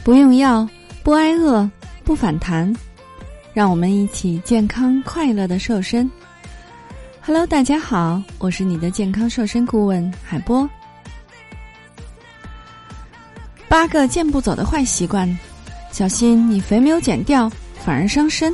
不用药，不挨饿，不反弹，让我们一起健康快乐的瘦身。Hello， 大家好，我是你的健康瘦身顾问海波。8个健步走的坏习惯，小心你肥没有减掉，反而伤身。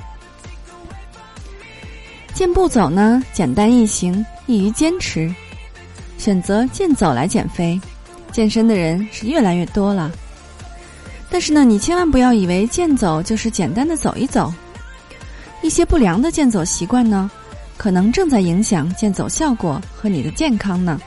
健步走呢，简单易行，易于坚持。选择健走来减肥，健身的人是越来越多了。但是呢，你千万不要以为健走就是简单的走一走。一些不良的健走习惯呢，可能正在影响健走效果和你的健康呢。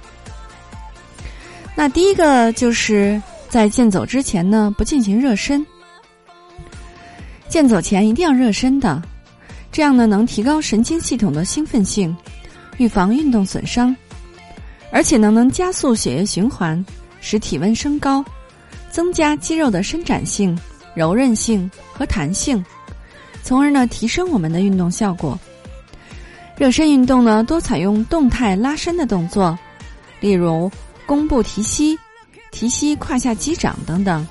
那第一个就是在健走之前呢，不进行热身。健走前一定要热身的，这样呢能提高神经系统的兴奋性，预防运动损伤，而且能加速血液循环，使体温升高，增加肌肉的伸展性、柔韧性和弹性，从而呢提升我们的运动效果。热身运动呢多采用动态拉伸的动作，例如弓步提膝、提膝胯下击掌等等。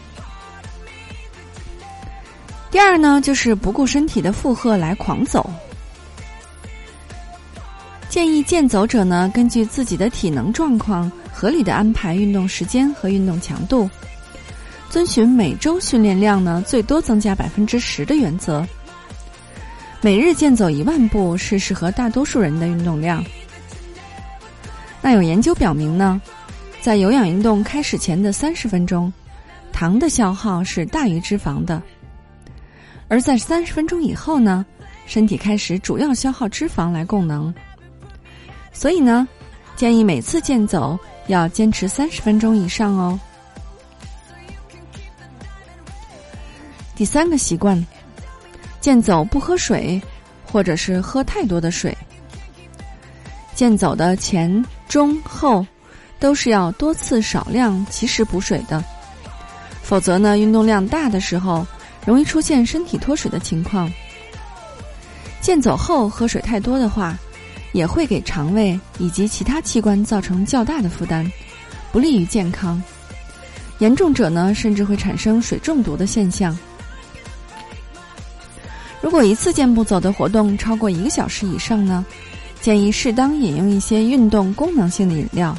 第二呢，就是不顾身体的负荷来狂走。建议健走者呢，根据自己的体能状况，合理的安排运动时间和运动强度，遵循每周训练量呢最多增加 10% 的原则。每日健走1万步是适合大多数人的运动量。那有研究表明呢，在有氧运动开始前的30分钟，糖的消耗是大于脂肪的，而在30分钟以后呢，身体开始主要消耗脂肪来供能。所以呢，建议每次健走要坚持30分钟以上哦。第3个习惯，健走不喝水，或者是喝太多的水。健走的前、中、后都是要多次少量及时补水的，否则呢，运动量大的时候容易出现身体脱水的情况。健走后喝水太多的话，也会给肠胃以及其他器官造成较大的负担，不利于健康。严重者呢，甚至会产生水中毒的现象。如果一次健步走的活动超过1个小时以上呢，建议适当饮用一些运动功能性的饮料。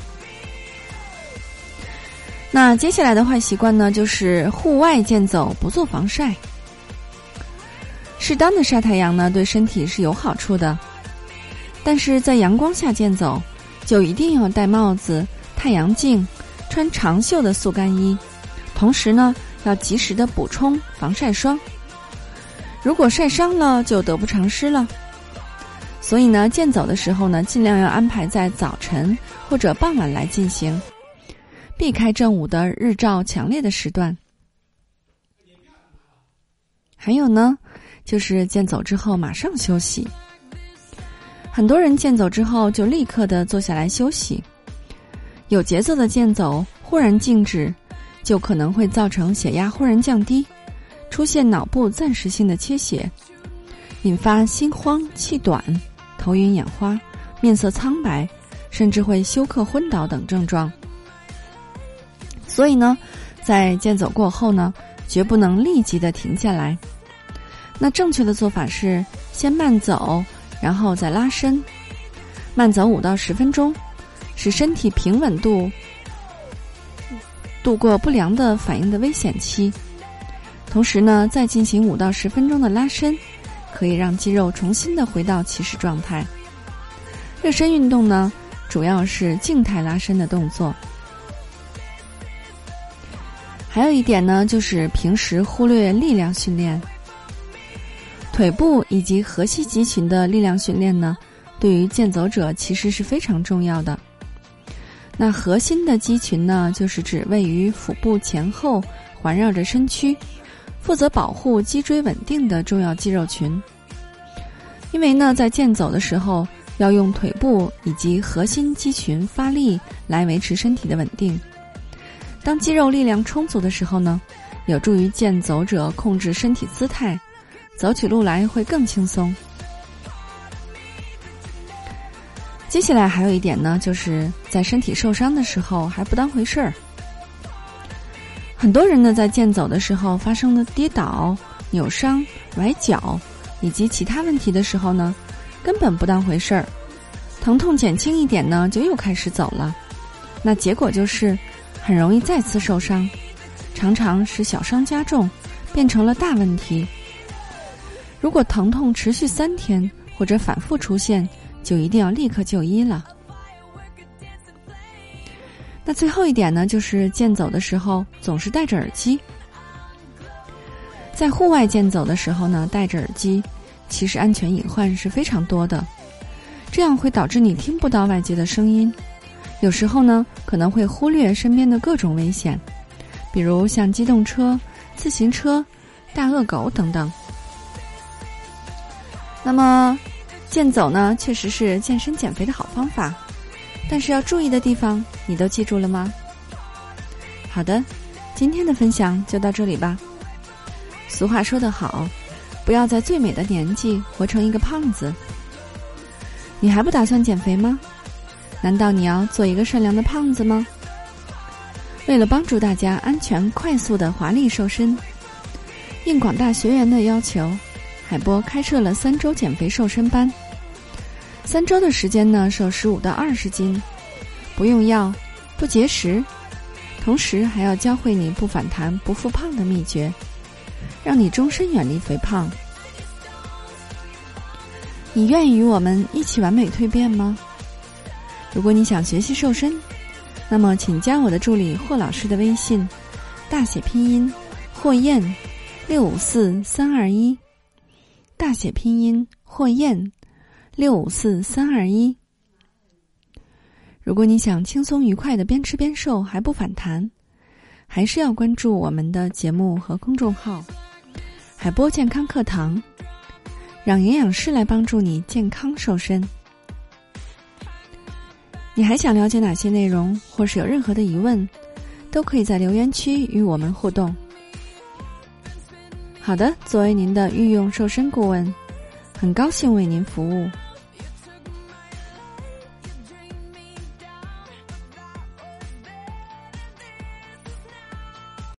那接下来的坏习惯呢，就是户外健走不做防晒。适当的晒太阳呢，对身体是有好处的，但是在阳光下健走，就一定要戴帽子、太阳镜，穿长袖的速干衣，同时呢，要及时的补充防晒霜。如果晒伤了，就得不偿失了。所以呢，健走的时候呢，尽量要安排在早晨或者傍晚来进行，避开正午的日照强烈的时段。还有呢，就是健走之后马上休息。很多人健走之后就立刻的坐下来休息，有节奏的健走忽然静止，就可能会造成血压忽然降低，出现脑部暂时性的缺血，引发心慌、气短、头晕眼花、面色苍白，甚至会休克昏倒等症状。所以呢，在健走过后呢，绝不能立即的停下来。那正确的做法是先慢走，然后再拉伸，慢走5到10分钟，使身体平稳度过不良的反应的危险期。同时呢，再进行5到10分钟的拉伸，可以让肌肉重新的回到起始状态。热身运动呢，主要是静态拉伸的动作。还有一点呢，就是平时忽略力量训练。腿部以及核心肌群的力量训练呢，对于健走者其实是非常重要的。那核心的肌群呢，就是指位于腹部前后环绕着身躯，负责保护脊椎稳定的重要肌肉群。因为呢，在健走的时候要用腿部以及核心肌群发力来维持身体的稳定。当肌肉力量充足的时候呢，有助于健走者控制身体姿态，走起路来会更轻松。接下来还有一点呢，就是在身体受伤的时候还不当回事儿。 很多人呢在健走的时候发生了跌倒、扭伤、崴脚以及其他问题的时候呢，根本不当回事儿，疼痛减轻一点呢就又开始走了，那结果就是很容易再次受伤，常常使小伤加重，变成了大问题。如果疼痛持续3天或者反复出现，就一定要立刻就医了。那最后一点呢，就是健走的时候总是戴着耳机。在户外健走的时候呢，戴着耳机，其实安全隐患是非常多的，这样会导致你听不到外界的声音，有时候呢可能会忽略身边的各种危险，比如像机动车、自行车、大恶狗等等。那么健走呢确实是健身减肥的好方法，但是要注意的地方你都记住了吗？好的，今天的分享就到这里吧。俗话说得好，不要在最美的年纪活成一个胖子。你还不打算减肥吗？难道你要做一个善良的胖子吗？为了帮助大家安全快速的华丽瘦身，应广大学员的要求，海波开设了3周减肥瘦身班。3周的时间呢，瘦15到20斤，不用药，不节食，同时还要教会你不反弹不复胖的秘诀，让你终身远离肥胖。你愿意与我们一起完美蜕变吗？如果你想学习瘦身，那么请加我的助理霍老师的微信，大写拼音霍燕654321，大写拼音霍燕654321。如果你想轻松愉快的边吃边瘦还不反弹，还是要关注我们的节目和公众号海波健康课堂，让营养师来帮助你健康瘦身。你还想了解哪些内容，或是有任何的疑问，都可以在留言区与我们互动。好的，作为您的御用瘦身顾问，很高兴为您服务。